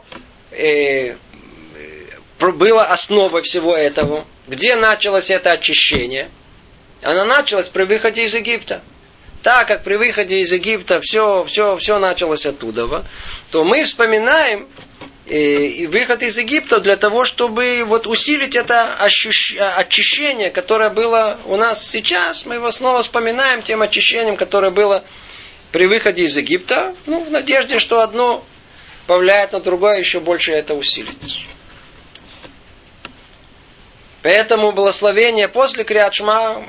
было основой всего этого? Где началось это очищение? Оно началось при выходе из Египта. Так как при выходе из Египта все началось оттуда, то мы вспоминаем выход из Египта для того, чтобы вот усилить это очищение, которое было у нас сейчас. Мы его снова вспоминаем тем очищением, которое было при выходе из Египта, в надежде, что одно повлияет на другое, еще больше это усилит. Поэтому благословение после Крият Шма,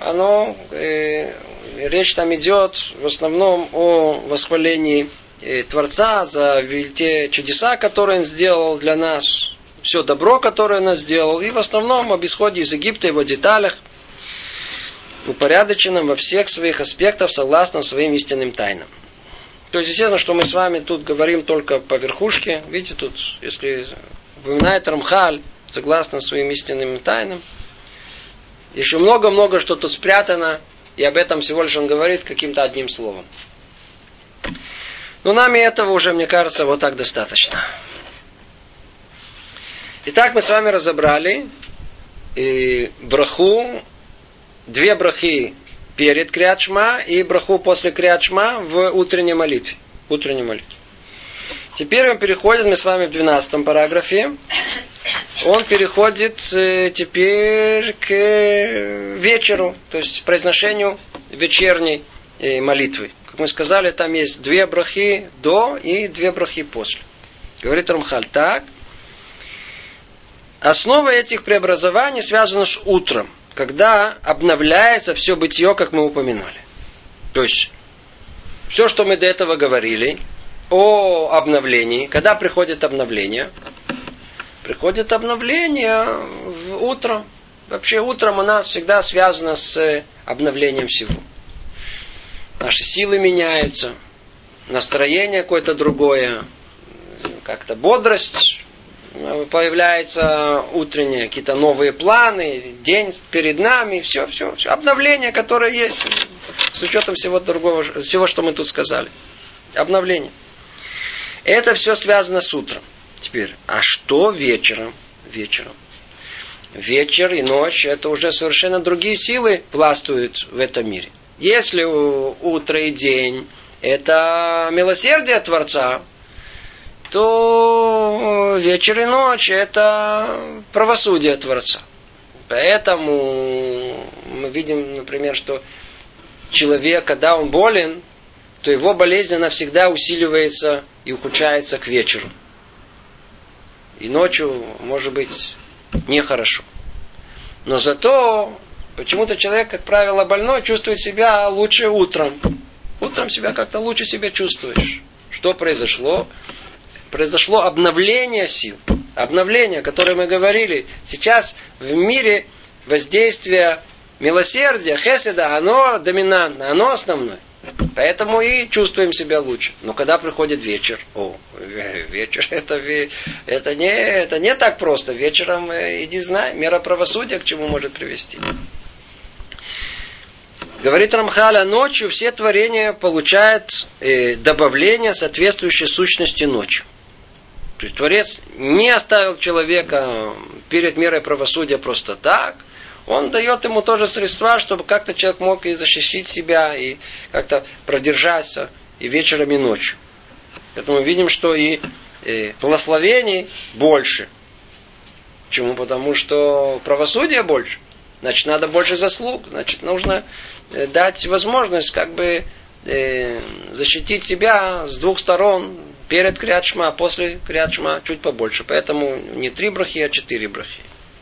речь там идет в основном о восхвалении Творца за те чудеса, которые Он сделал для нас, все добро, которое Он сделал, и в основном об исходе из Египта, его деталях, упорядоченном во всех своих аспектах, согласно своим истинным тайнам. То есть, естественно, что мы с вами тут говорим только по верхушке. Видите, тут, если упоминает Рамхаль, согласно своим истинным тайнам, еще много-много, что тут спрятано, и об этом всего лишь он говорит каким-то одним словом. Но нам и этого уже, мне кажется, вот так достаточно. Итак, мы с вами разобрали браху, две брахи перед Крият Шма и браху после Крият Шма в утренней молитве. Теперь мы переходим, мы с вами в 12 параграфе. Он переходит теперь к вечеру, то есть произношению вечерней молитвы. Как мы сказали, там есть две брахи до и две брахи после. Говорит Рамхаль так. Основа этих преобразований связана с утром, когда обновляется все бытие, как мы упоминали. То есть, все, что мы до этого говорили о обновлении, когда приходит обновление? Приходит обновление утром. Вообще утром у нас всегда связано с обновлением всего. Наши силы меняются, настроение какое-то другое, как-то бодрость появляется утренняя, какие-то новые планы, день перед нами, все. Обновление, которое есть, с учетом всего другого, всего, что мы тут сказали. Обновление. Это все связано с утром. Теперь, а что вечером? Вечер и ночь, это уже совершенно другие силы властвуют в этом мире. Если утро и день это милосердие Творца, то вечер и ночь это правосудие Творца. Поэтому мы видим, например, что человек, когда он болен, то его болезнь, она всегда усиливается и ухудшается к вечеру. И ночью, может быть, нехорошо. Но зато почему-то человек, как правило, больной, чувствует себя лучше утром. Утром себя как-то лучше себя чувствуешь. Что произошло? Произошло обновление сил. Обновление, о котором мы говорили. Сейчас в мире воздействие милосердия, хеседа, оно доминантно, оно основное. Поэтому и чувствуем себя лучше. Но когда приходит вечер, вечер это не так просто. Вечером, иди знай, мера правосудия к чему может привести. Говорит Рамхаль, ночью все творения получают добавление, соответствующее сущности ночи. То есть Творец не оставил человека перед мерой правосудия просто так. Он дает ему тоже средства, чтобы как-то человек мог и защитить себя, и как-то продержаться и вечером, и ночью. Поэтому мы видим, что и благословений больше. Почему? Потому что правосудия больше. Значит, надо больше заслуг. Значит, нужно дать возможность защитить себя с двух сторон. Перед Криат Шма, после Криат Шма чуть побольше. Поэтому не 3 брахи, а 4 брахи.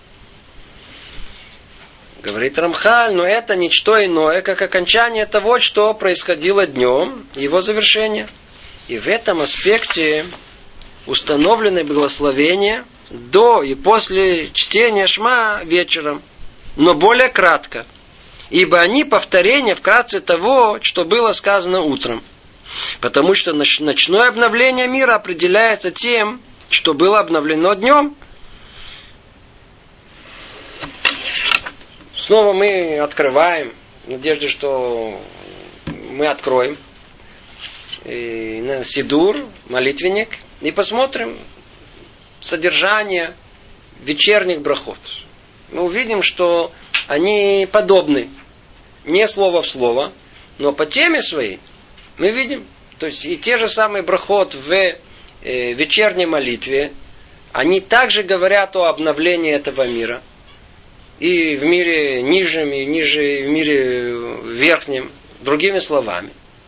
Говорит Рамхаль, но это ничто иное, как окончание того, что происходило днем, его завершение. И в этом аспекте установлены благословения до и после чтения Шма вечером, но более кратко. Ибо они повторение вкратце того, что было сказано утром. Потому что ночное обновление мира определяется тем, что было обновлено днем. Снова мы открываем, в надежде, что мы откроем сидур, молитвенник, и посмотрим содержание вечерних брахот. Мы увидим, что они подобны, не слово в слово, но по теме своей мы видим. То есть и те же самые брахот в вечерней молитве, они также говорят о обновлении этого мира. И в мире нижнем, и в мире верхнем, другими словами.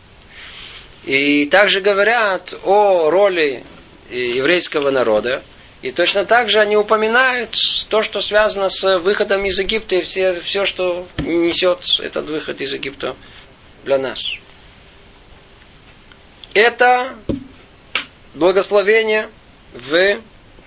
И также говорят о роли еврейского народа. И точно так же они упоминают то, что связано с выходом из Египта, и все, что несет этот выход из Египта для нас. Это благословение в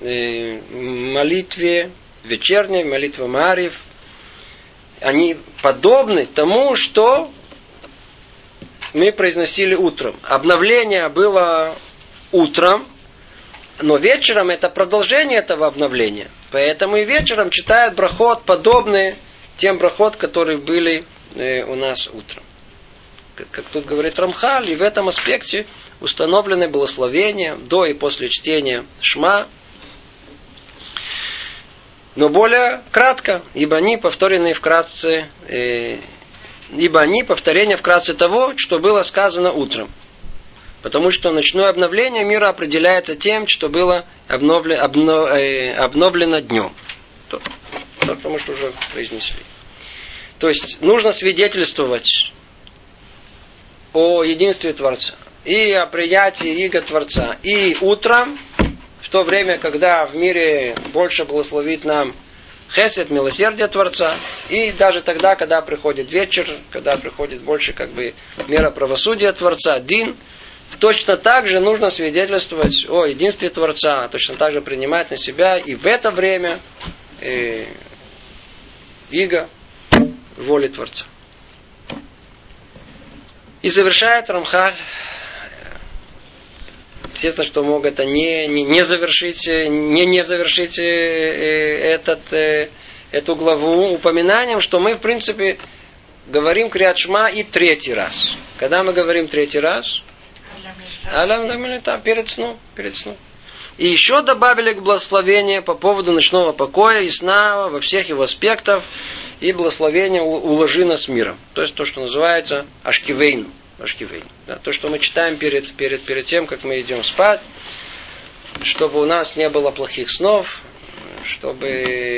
молитве вечерней, молитва Маарив. Они подобны тому, что мы произносили утром. Обновление было утром, но вечером это продолжение этого обновления. Поэтому и вечером читают брахот, подобные тем брахот, которые были у нас утром. Как тут говорит Рамхаль, и в этом аспекте установлены благословения до и после чтения Шма, но более кратко, ибо они повторение вкратце того, что было сказано утром. Потому что ночное обновление мира определяется тем, что было обновлено днем. То, что мы уже произнесли. То есть нужно свидетельствовать о единстве Творца и о приятии иго Творца и утром, в то время, когда в мире больше благословит нам хесед, милосердие Творца, и даже тогда, когда приходит вечер, когда приходит больше мера правосудия Творца, дин, точно так же нужно свидетельствовать о единстве Творца, точно так же принимать на себя и в это время иго воли Творца. И завершает Рамхаль. Естественно, что мог это не завершить эту главу упоминанием, что мы, в принципе, говорим Криат Шма и 3-й раз. Когда мы говорим 3-й раз? Перед сном. И еще добавили к благословению по поводу ночного покоя и сна во всех его аспектах, и благословение уложи нас миром. То есть то, что называется Ашкивейну. Да, то, что мы читаем перед тем, как мы идем спать, чтобы у нас не было плохих снов, чтобы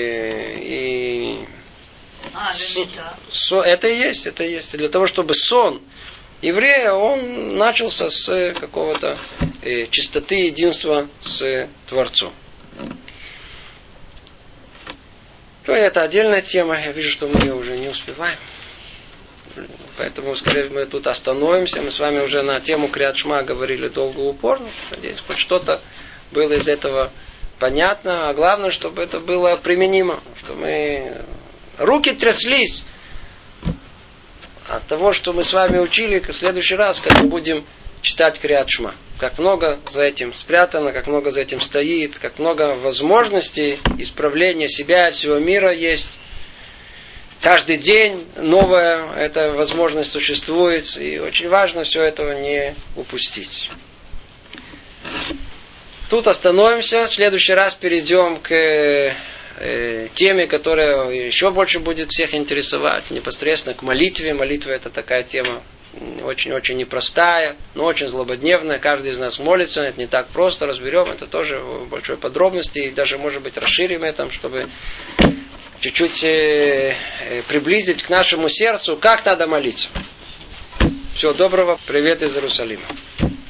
это и есть. И для того, чтобы сон еврея, он начался с какого-то чистоты единства с Творцом. То это отдельная тема. Я вижу, что мы ее уже не успеваем. Поэтому, скорее, мы тут остановимся. Мы с вами уже на тему Криат Шма говорили долго и упорно. Надеюсь, хоть что-то было из этого понятно. А главное, чтобы это было применимо. Что мы... Руки тряслись от того, что мы с вами учили, в следующий раз, когда будем читать Криат Шма. Как много за этим спрятано, как много за этим стоит, как много возможностей исправления себя и всего мира есть. Каждый день новая эта возможность существует, и очень важно все этого не упустить. Тут остановимся, в следующий раз перейдем к теме, которая еще больше будет всех интересовать, непосредственно к молитве. Молитва — это такая тема очень-очень непростая, но очень злободневная. Каждый из нас молится, это не так просто, разберем это тоже в большой подробности, и даже, может быть, расширим это, чтобы чуть-чуть приблизить к нашему сердцу, как надо молиться. Всего доброго, привет из Иерусалима.